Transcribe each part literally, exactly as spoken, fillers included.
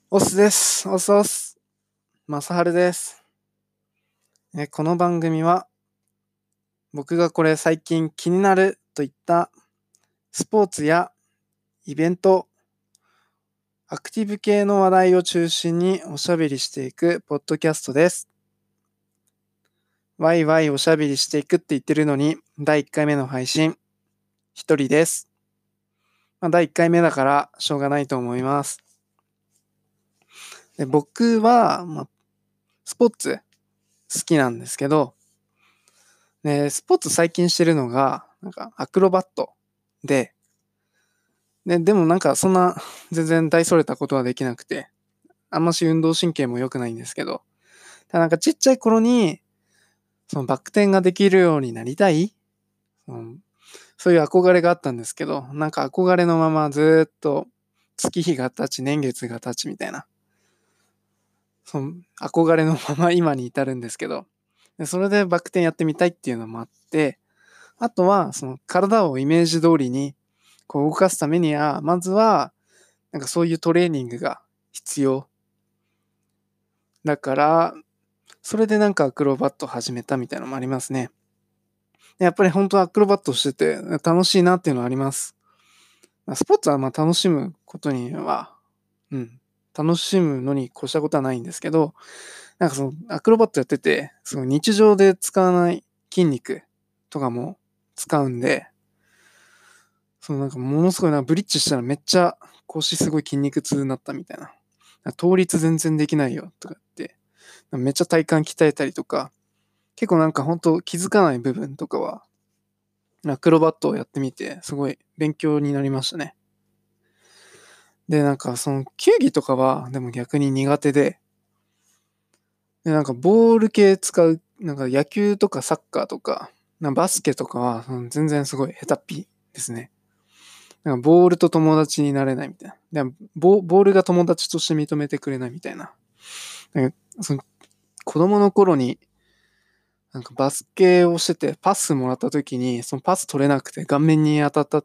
オスです。オスオス。マサハルです。えこの番組は僕がこれ最近気になるといったスポーツやイベント、アクティブ系の話題を中心におしゃべりしていくポッドキャストです。ワイワイおしゃべりしていくって言ってるのにだいいっかいめの配信一人です。まあ、だいいっかいめだからしょうがないと思います。で僕は、まあ、スポーツ好きなんですけど、でスポーツ最近してるのがなんかアクロバットで、ででもなんかそんな全然大それたことはできなくて、あんまし運動神経も良くないんですけど、ただなんかちっちゃい頃にそのバク転ができるようになりたい、うん、そういう憧れがあったんですけど、なんか憧れのままずっと月日が経ち年月が経ちみたいな、その憧れのまま今に至るんですけど、でそれでバク転やってみたいっていうのもあって、あとはその体をイメージ通りにこう動かすためには、まずはなんかそういうトレーニングが必要だから、それでなんかアクロバット始めたみたいなのもありますね。やっぱり本当アクロバットしてて楽しいなっていうのはあります。スポーツはまあ楽しむことには、うん、楽しむのに越したことはないんですけど、なんかそのアクロバットやってて、その日常で使わない筋肉とかも使うんで、そのなんかものすごいな、ブリッジしたらめっちゃ腰すごい筋肉痛になったみたいな。倒立全然できないよとかって、めっちゃ体幹鍛えたりとか、結構なんか本当気づかない部分とかは、アクロバットをやってみて、すごい勉強になりましたね。で、なんかその球技とかは、でも逆に苦手で、で、なんかボール系使う、なんか野球とかサッカーとか、なんかバスケとかは全然すごい下手っぴですね。なんかボールと友達になれないみたいな。でボボールが友達として認めてくれないみたいな。なんかその子供の頃になんかバスケをしててパスもらった時にそのパス取れなくて顔面に当たったって、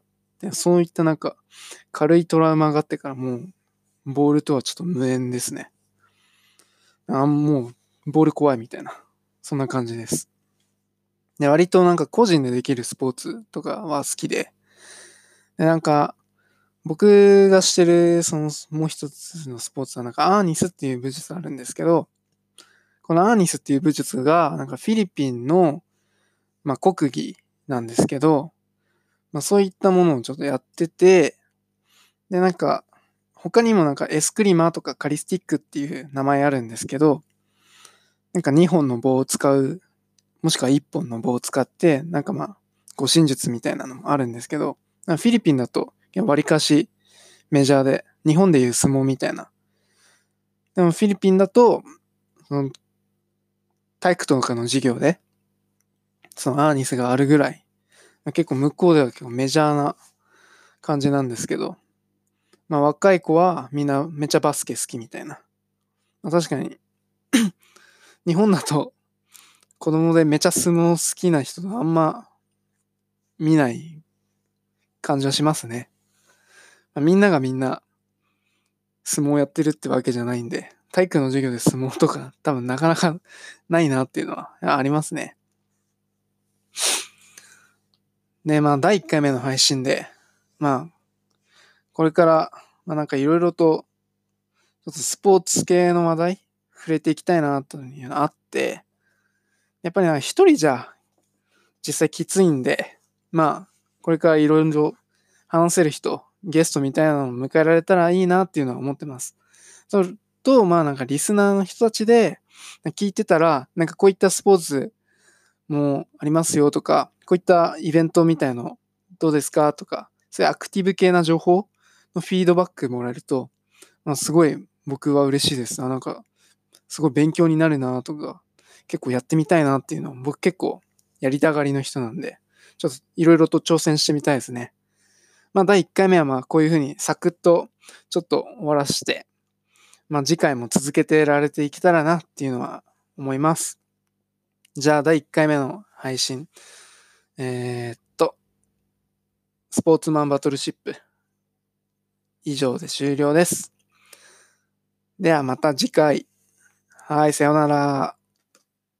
そういったなんか軽いトラウマがあってからもうボールとはちょっと無縁ですね。あもうボール怖いみたいな、そんな感じです。で割となんか個人でできるスポーツとかは好きで、でなんか僕がしてるそのもう一つのスポーツはなんかアーニスっていう武術あるんですけど、このアーニスっていう武術がなんかフィリピンのまあ国技なんですけど、まあそういったものをちょっとやってて、でなんか他にもなんかエスクリマーとかカリスティックっていう名前あるんですけど、なんかにほんの棒を使う、もしくはいっぽんの棒を使って、なんかまあ護身術みたいなのもあるんですけど、フィリピンだとわりかしメジャーで、日本でいう相撲みたいな。でもフィリピンだと、その体育とかの授業で、そのアーニスがあるぐらい、結構向こうでは結構メジャーな感じなんですけど、まあ若い子はみんなめっちゃバスケ好きみたいな。まあ、確かに日本だと子供でめちゃ相撲好きな人あんま見ない感じはしますね。まあ、みんながみんな相撲やってるってわけじゃないんで、体育の授業で相撲とか多分なかなかないなっていうのはありますね。で、まあだいいっかいめの配信で、まあこれから、まあなんかいろいろと、ちょっとスポーツ系の話題触れていきたいなというのがあって、やっぱり一人じゃ実際きついんで、まあこれからいろいろ話せる人、ゲストみたいなのを迎えられたらいいなっていうのは思ってます。そうと、まあなんかリスナーの人たちで聞いてたら、なんかこういったスポーツもありますよとか、こういったイベントみたいのどうですかとか、そういうアクティブ系な情報のフィードバックもらえると、まあ、すごい僕は嬉しいです。あなんか、すごい勉強になるなとか、結構やってみたいなっていうのを僕結構やりたがりの人なんで、ちょっといろいろと挑戦してみたいですね。まあだいいっかいめはまあこういうふうにサクッとちょっと終わらして、まあ次回も続けてられていけたらなっていうのは思います。じゃあだいいっかいめの配信。えー、っと、スポーツマンバトルシップ以上で終了です。 ではまた次回。はい、さようなら。